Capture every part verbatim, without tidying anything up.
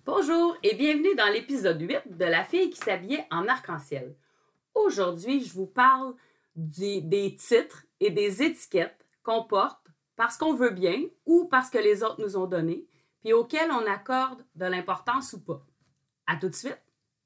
Bonjour et bienvenue dans l'épisode huit de La fille qui s'habillait en arc-en-ciel. Aujourd'hui, je vous parle du, des titres et des étiquettes qu'on porte parce qu'on veut bien ou parce que les autres nous ont donné, puis auxquelles on accorde de l'importance ou pas. À tout de suite!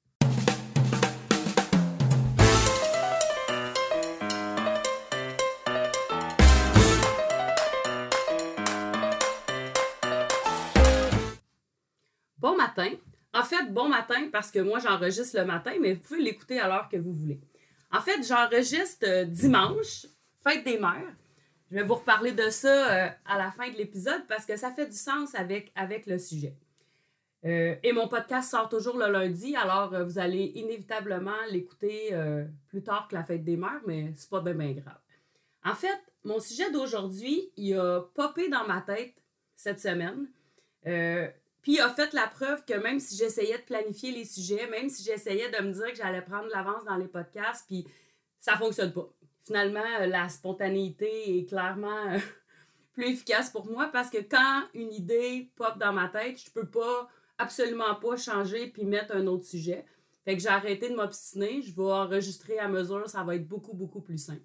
Bon matin. En fait, bon matin parce que moi, j'enregistre le matin, mais vous pouvez l'écouter à l'heure que vous voulez. En fait, j'enregistre euh, dimanche, fête des mères. Je vais vous reparler de ça euh, à la fin de l'épisode parce que ça fait du sens avec, avec le sujet. Euh, et mon podcast sort toujours le lundi, alors euh, vous allez inévitablement l'écouter euh, plus tard que la fête des mères, mais c'est pas bien, bien grave. En fait, mon sujet d'aujourd'hui, il a popé dans ma tête cette semaine. Euh, Puis il a fait la preuve que même si j'essayais de planifier les sujets, même si j'essayais de me dire que j'allais prendre l'avance dans les podcasts, puis ça ne fonctionne pas. Finalement, la spontanéité est clairement plus efficace pour moi parce que quand une idée pop dans ma tête, je ne peux pas, absolument pas changer puis mettre un autre sujet. Fait que j'ai arrêté de m'obstiner. Je vais enregistrer à mesure, ça va être beaucoup, beaucoup plus simple.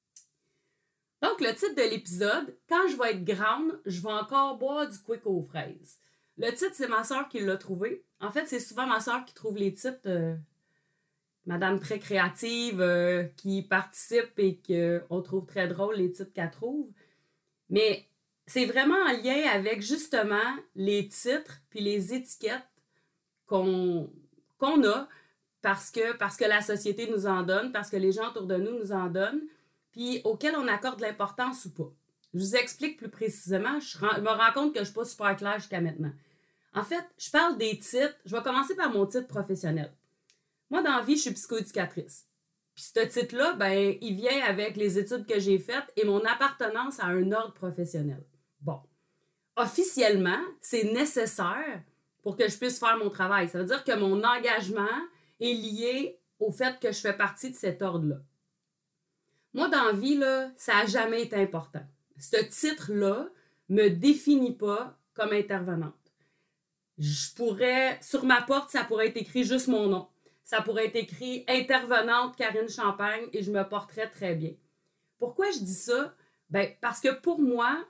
Donc, le titre de l'épisode, « Quand je vais être grande, je vais encore boire du quick aux fraises ». Le titre, c'est ma soeur qui l'a trouvé. En fait, c'est souvent ma soeur qui trouve les titres. Euh, madame très créative, euh, qui participe et qu'on trouve très drôle les titres qu'elle trouve. Mais c'est vraiment en lien avec justement les titres puis les étiquettes qu'on, qu'on a parce que, parce que la société nous en donne, parce que les gens autour de nous nous en donnent, puis auxquels on accorde de l'importance ou pas. Je vous explique plus précisément. Je, je me rends compte que je ne suis pas super claire jusqu'à maintenant. En fait, je parle des titres. Je vais commencer par mon titre professionnel. Moi, dans la vie, je suis psychoéducatrice. Puis ce titre-là, ben, il vient avec les études que j'ai faites et mon appartenance à un ordre professionnel. Bon. Officiellement, c'est nécessaire pour que je puisse faire mon travail. Ça veut dire que mon engagement est lié au fait que je fais partie de cet ordre-là. Moi, dans la vie, là, ça n'a jamais été important. Ce titre-là ne me définit pas comme intervenante. Je pourrais, sur ma porte, ça pourrait être écrit juste mon nom. Ça pourrait être écrit « Intervenante Karine Champagne » et je me porterais très bien. Pourquoi je dis ça? Ben, parce que pour moi,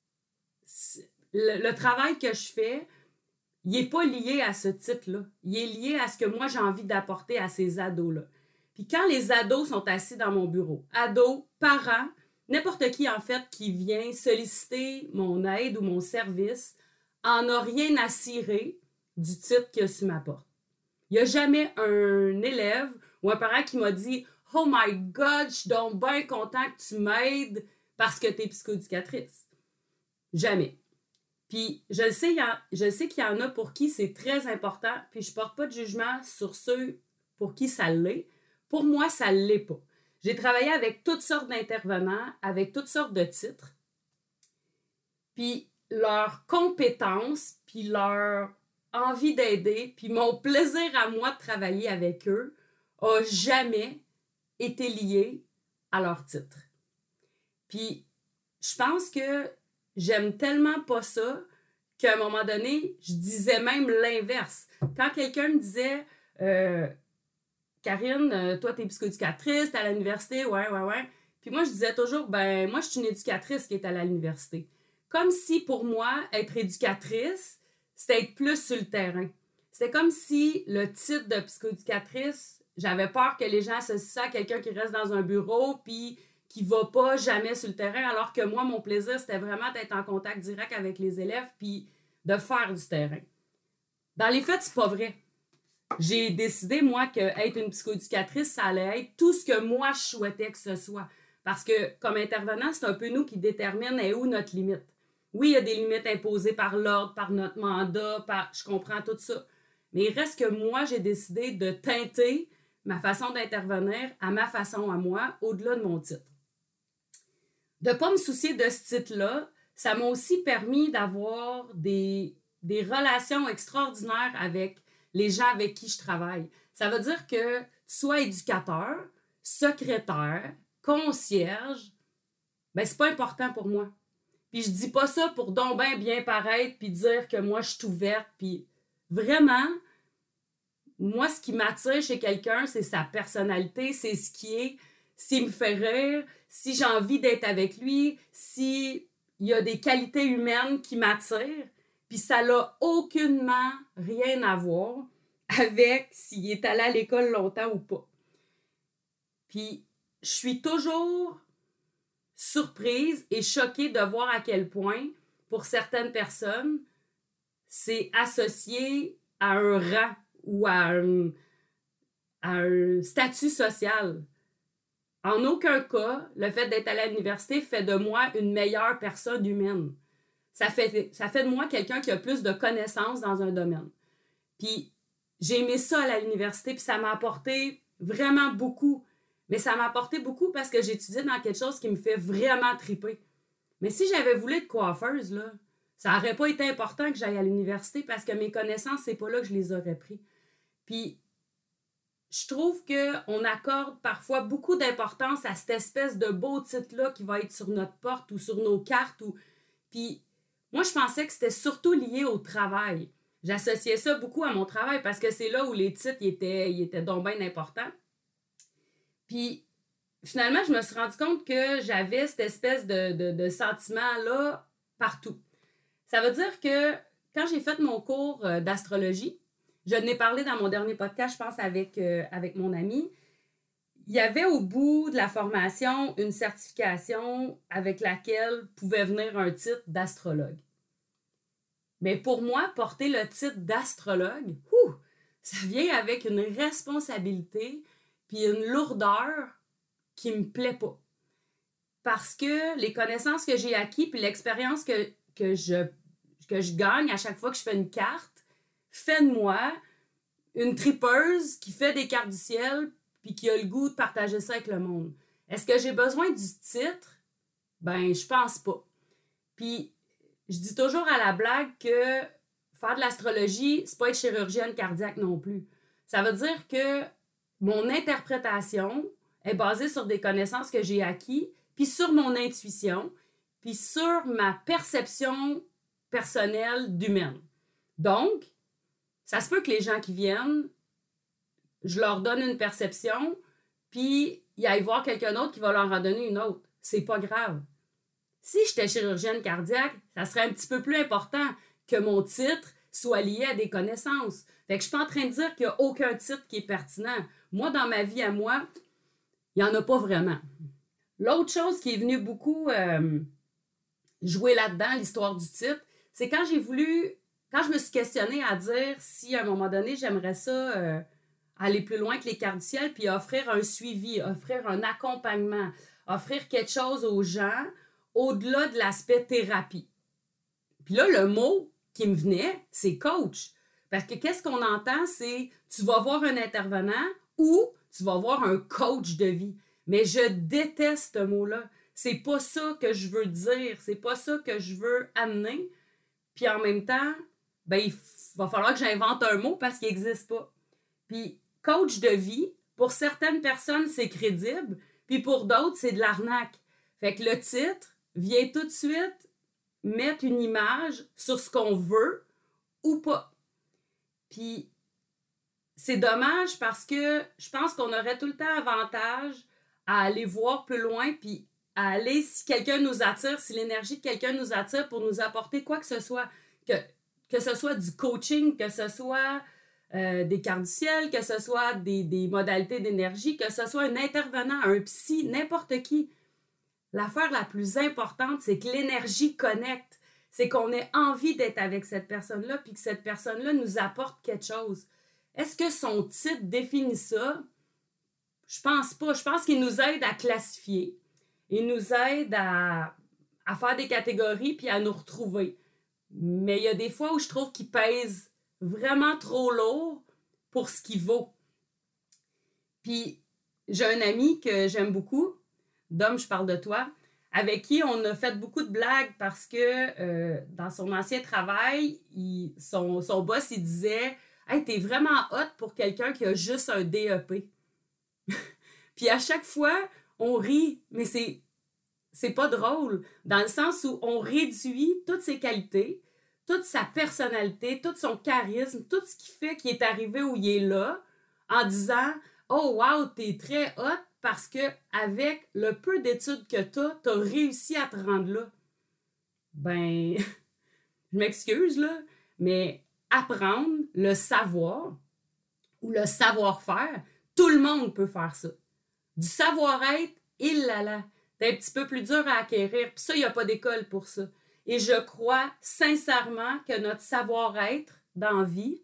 le, le travail que je fais, il n'est pas lié à ce titre-là. Il est lié à ce que moi, j'ai envie d'apporter à ces ados-là. Puis quand les ados sont assis dans mon bureau, ados, parents, n'importe qui, en fait, qui vient solliciter mon aide ou mon service en a rien à cirer du titre qu'il y a sur ma porte. Il n'y a jamais un élève ou un parent qui m'a dit « Oh my God, je suis donc bien content que tu m'aides parce que tu es psychoéducatrice. » Jamais. Puis je sais, je sais qu'il y en a pour qui c'est très important, puis je ne porte pas de jugement sur ceux pour qui ça l'est. Pour moi, ça ne l'est pas. J'ai travaillé avec toutes sortes d'intervenants, avec toutes sortes de titres. Puis leurs compétences, puis leur envie d'aider, puis mon plaisir à moi de travailler avec eux n'a jamais été lié à leur titre. Puis je pense que j'aime tellement pas ça qu'à un moment donné, je disais même l'inverse. Quand quelqu'un me disait euh, « Karine, toi, t'es psychoéducatrice, t'es à l'université, ouais, ouais, ouais. » Puis moi, je disais toujours « Ben, moi, je suis une éducatrice qui est à l'université. » Comme si, pour moi, être éducatrice, c'était être plus sur le terrain. C'était comme si le titre de psychoéducatrice, j'avais peur que les gens associent ça à quelqu'un qui reste dans un bureau puis qui ne va pas jamais sur le terrain, alors que moi, mon plaisir, c'était vraiment d'être en contact direct avec les élèves puis de faire du terrain. Dans les faits, c'est pas vrai. J'ai décidé, moi, qu'être une psychoéducatrice, ça allait être tout ce que moi, je souhaitais que ce soit. Parce que, comme intervenant, c'est un peu nous qui déterminent est où notre limite. Oui, il y a des limites imposées par l'ordre, par notre mandat, par... je comprends tout ça. Mais il reste que moi, j'ai décidé de teinter ma façon d'intervenir à ma façon à moi, au-delà de mon titre. De ne pas me soucier de ce titre-là, ça m'a aussi permis d'avoir des, des relations extraordinaires avec les gens avec qui je travaille. Ça veut dire que tu sois éducateur, secrétaire, concierge, ben c'est pas important pour moi. Puis je dis pas ça pour donc ben bien paraître puis dire que moi je suis ouverte puis vraiment, moi, ce qui m'attire chez quelqu'un, c'est sa personnalité, c'est ce qui est, s'il me fait rire, si j'ai envie d'être avec lui, s'il y a des qualités humaines qui m'attirent, puis ça n'a aucunement rien à voir avec s'il est allé à l'école longtemps ou pas. Puis, je suis toujours surprise et choquée de voir à quel point, pour certaines personnes, c'est associé à un rang ou à un, à un statut social. En aucun cas, le fait d'être allé à l'université fait de moi une meilleure personne humaine. Ça fait, ça fait de moi quelqu'un qui a plus de connaissances dans un domaine. Puis, j'ai aimé ça à l'université, puis ça m'a apporté vraiment beaucoup. Mais ça m'a apporté beaucoup parce que j'étudiais dans quelque chose qui me fait vraiment triper. Mais si j'avais voulu être coiffeuse, là, ça n'aurait pas été important que j'aille à l'université parce que mes connaissances, c'est pas là que je les aurais pris. Puis, je trouve qu'on accorde parfois beaucoup d'importance à cette espèce de beau titre-là qui va être sur notre porte ou sur nos cartes. Ou... Puis, moi, je pensais que c'était surtout lié au travail. J'associais ça beaucoup à mon travail parce que c'est là où les titres ils étaient, ils étaient donc bien importants. Puis, finalement, je me suis rendu compte que j'avais cette espèce de, de, de sentiment-là partout. Ça veut dire que quand j'ai fait mon cours d'astrologie, je n'ai parlé dans mon dernier podcast, je pense, avec, euh, avec mon ami, il y avait au bout de la formation une certification avec laquelle pouvait venir un titre d'astrologue. Mais pour moi, porter le titre d'astrologue, ouh, ça vient avec une responsabilité puis une lourdeur qui me plaît pas. Parce que les connaissances que j'ai acquises puis l'expérience que, que, je, que je gagne à chaque fois que je fais une carte fait de moi une tripeuse qui fait des cartes du ciel puis qui a le goût de partager ça avec le monde. Est-ce que j'ai besoin du titre? Ben, je pense pas. Puis, je dis toujours à la blague que faire de l'astrologie, c'est pas être chirurgienne cardiaque non plus. Ça veut dire que mon interprétation est basée sur des connaissances que j'ai acquises, puis sur mon intuition, puis sur ma perception personnelle d'humaine. Donc, ça se peut que les gens qui viennent, je leur donne une perception, puis ils aillent voir quelqu'un d'autre qui va leur en donner une autre. C'est pas grave. Si j'étais chirurgienne cardiaque, ça serait un petit peu plus important que mon titre soit lié à des connaissances. Fait que je suis pas en train de dire qu'il n'y a aucun titre qui est pertinent. Moi, dans ma vie à moi, il n'y en a pas vraiment. L'autre chose qui est venue beaucoup euh, jouer là-dedans, l'histoire du titre, c'est quand j'ai voulu, quand je me suis questionnée à dire si à un moment donné, j'aimerais ça euh, aller plus loin que les cartes du ciel, puis offrir un suivi, offrir un accompagnement, offrir quelque chose aux gens au-delà de l'aspect thérapie. Puis là, le mot qui me venait, c'est coach. Parce que qu'est-ce qu'on entend, c'est tu vas voir un intervenant ou tu vas voir un coach de vie. Mais je déteste ce mot-là. C'est pas ça que je veux dire. C'est pas ça que je veux amener. Puis en même temps, ben, il va falloir que j'invente un mot parce qu'il n'existe pas. Puis coach de vie, pour certaines personnes, c'est crédible. Puis pour d'autres, c'est de l'arnaque. Fait que le titre vient tout de suite mettre une image sur ce qu'on veut ou pas. Puis, c'est dommage parce que je pense qu'on aurait tout le temps avantage à aller voir plus loin puis à aller, si quelqu'un nous attire, si l'énergie de quelqu'un nous attire pour nous apporter quoi que ce soit, que, que ce soit du coaching, que ce soit euh, des cartes du ciel, que ce soit des, des modalités d'énergie, que ce soit un intervenant, un psy, n'importe qui. L'affaire la plus importante, c'est que l'énergie connecte. C'est qu'on ait envie d'être avec cette personne-là puis que cette personne-là nous apporte quelque chose. Est-ce que son titre définit ça? Je pense pas. Je pense qu'il nous aide à classifier. Il nous aide à, à faire des catégories puis à nous retrouver. Mais il y a des fois où je trouve qu'il pèse vraiment trop lourd pour ce qu'il vaut. Puis, j'ai un ami que j'aime beaucoup, Dom, je parle de toi, avec qui on a fait beaucoup de blagues parce que euh, dans son ancien travail, il, son, son boss, il disait « Hey, t'es vraiment hot pour quelqu'un qui a juste un D E P. » Puis à chaque fois, on rit, mais c'est, c'est pas drôle, dans le sens où on réduit toutes ses qualités, toute sa personnalité, tout son charisme, tout ce qui fait qu'il est arrivé où il est là, en disant « Oh wow, t'es très hot parce que avec le peu d'études que t'as, t'as réussi à te rendre là. » Ben, je m'excuse là, mais apprendre le savoir ou le savoir-faire, tout le monde peut faire ça. Du savoir-être, il là là, c'est un petit peu plus dur à acquérir. Puis ça, il n'y a pas d'école pour ça. Et je crois sincèrement que notre savoir-être dans la vie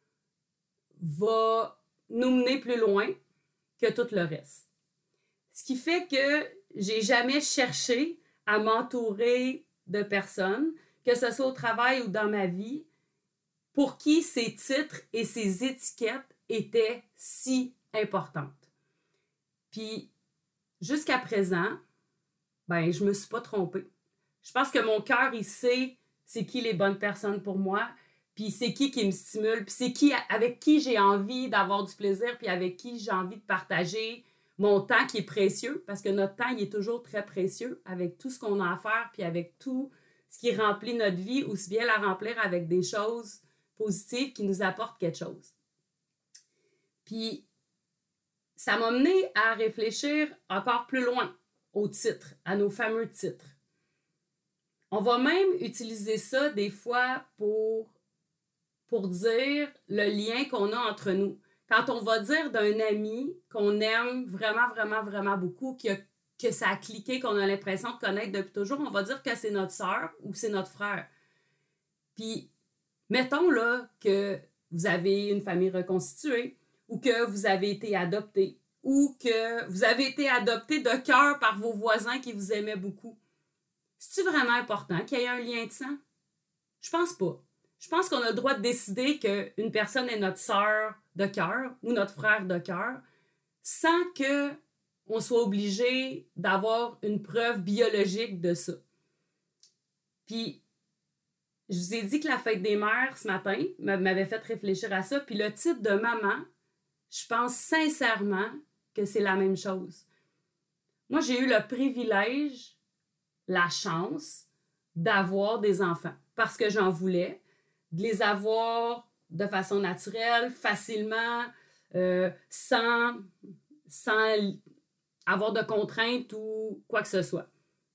va nous mener plus loin que tout le reste. Ce qui fait que j'ai jamais cherché à m'entourer de personnes, que ce soit au travail ou dans ma vie, pour qui ces titres et ces étiquettes étaient si importantes. Puis, jusqu'à présent, ben, je me suis pas trompée. Je pense que mon cœur, il sait c'est qui les bonnes personnes pour moi, puis c'est qui qui me stimule, puis c'est qui avec qui j'ai envie d'avoir du plaisir, puis avec qui j'ai envie de partager mon temps qui est précieux, parce que notre temps, il est toujours très précieux avec tout ce qu'on a à faire, puis avec tout ce qui remplit notre vie, aussi bien la remplir avec des choses positives qui nous apportent quelque chose. Puis, ça m'a mené à réfléchir encore plus loin aux titres, à nos fameux titres. On va même utiliser ça des fois pour, pour dire le lien qu'on a entre nous. Quand on va dire d'un ami qu'on aime vraiment, vraiment, vraiment beaucoup, que, que ça a cliqué, qu'on a l'impression de connaître depuis toujours, on va dire que c'est notre sœur ou c'est notre frère. Puis, mettons là que vous avez une famille reconstituée ou que vous avez été adopté ou que vous avez été adopté de cœur par vos voisins qui vous aimaient beaucoup. C'est-tu vraiment important qu'il y ait un lien de sang? Je pense pas. Je pense qu'on a le droit de décider qu'une personne est notre sœur de cœur ou notre frère de cœur sans qu'on soit obligé d'avoir une preuve biologique de ça. Puis, je vous ai dit que la fête des mères ce matin m'avait fait réfléchir à ça. Puis le titre de maman, je pense sincèrement que c'est la même chose. Moi, j'ai eu le privilège, la chance d'avoir des enfants parce que j'en voulais, de les avoir de façon naturelle, facilement, euh, sans, sans avoir de contraintes ou quoi que ce soit.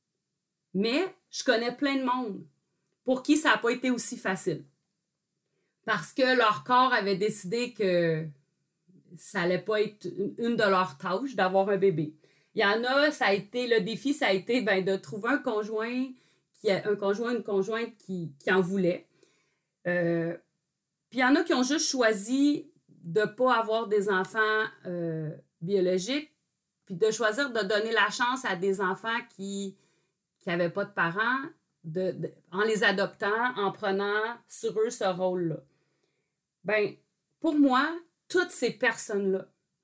Mais je connais plein de monde pour qui ça n'a pas été aussi facile. Parce que leur corps avait décidé que ça n'allait pas être une de leurs tâches d'avoir un bébé. Il y en a, ça a été, le défi, ça a été ben, de trouver un conjoint, qui a, un conjoint, une conjointe qui, qui en voulait. Euh, puis il y en a qui ont juste choisi de ne pas avoir des enfants euh, biologiques, puis de choisir de donner la chance à des enfants qui n'avaient pas de parents, de, de, en les adoptant, en prenant sur eux ce rôle-là. Ben, pour moi, toutes ces personnes-là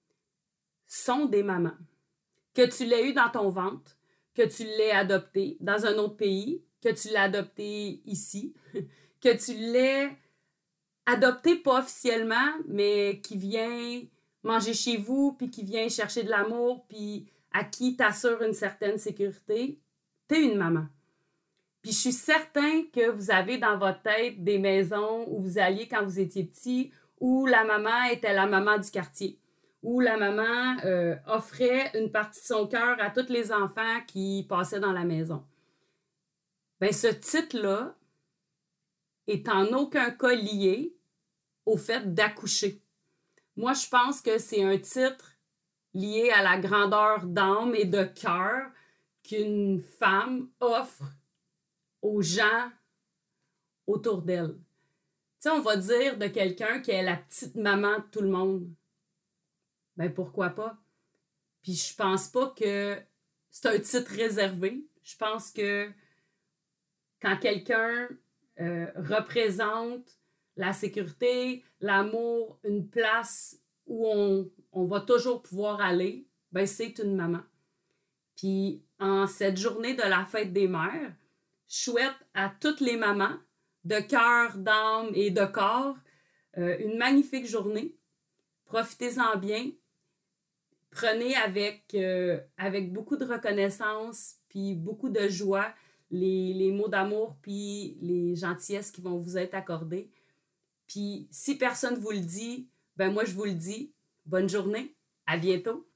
sont des mamans. Que tu l'aies eu dans ton ventre, que tu l'aies adopté dans un autre pays, que tu l'aies adopté ici, que tu l'aies adopté pas officiellement, mais qui vient manger chez vous, puis qui vient chercher de l'amour, puis à qui t'assure une certaine sécurité, t'es une maman. Puis je suis certain que vous avez dans votre tête des maisons où vous alliez quand vous étiez petit, où la maman était la maman du quartier, où la maman euh, offrait une partie de son cœur à tous les enfants qui passaient dans la maison. Bien, ce titre-là est en aucun cas lié au fait d'accoucher. Moi, je pense que c'est un titre lié à la grandeur d'âme et de cœur qu'une femme offre aux gens autour d'elle. Tu sais, on va dire de quelqu'un qui est la petite maman de tout le monde. Ben pourquoi pas? Puis je pense pas que c'est un titre réservé. Je pense que quand quelqu'un euh, représente la sécurité, l'amour, une place où on, on va toujours pouvoir aller, ben c'est une maman. Puis en cette journée de la fête des mères, je souhaite à toutes les mamans, de cœur, d'âme et de corps, euh, une magnifique journée. Profitez-en bien. Prenez avec, euh, avec beaucoup de reconnaissance puis beaucoup de joie les, les mots d'amour puis les gentillesses qui vont vous être accordées. Puis si personne vous le dit, ben moi je vous le dis. Bonne journée, à bientôt!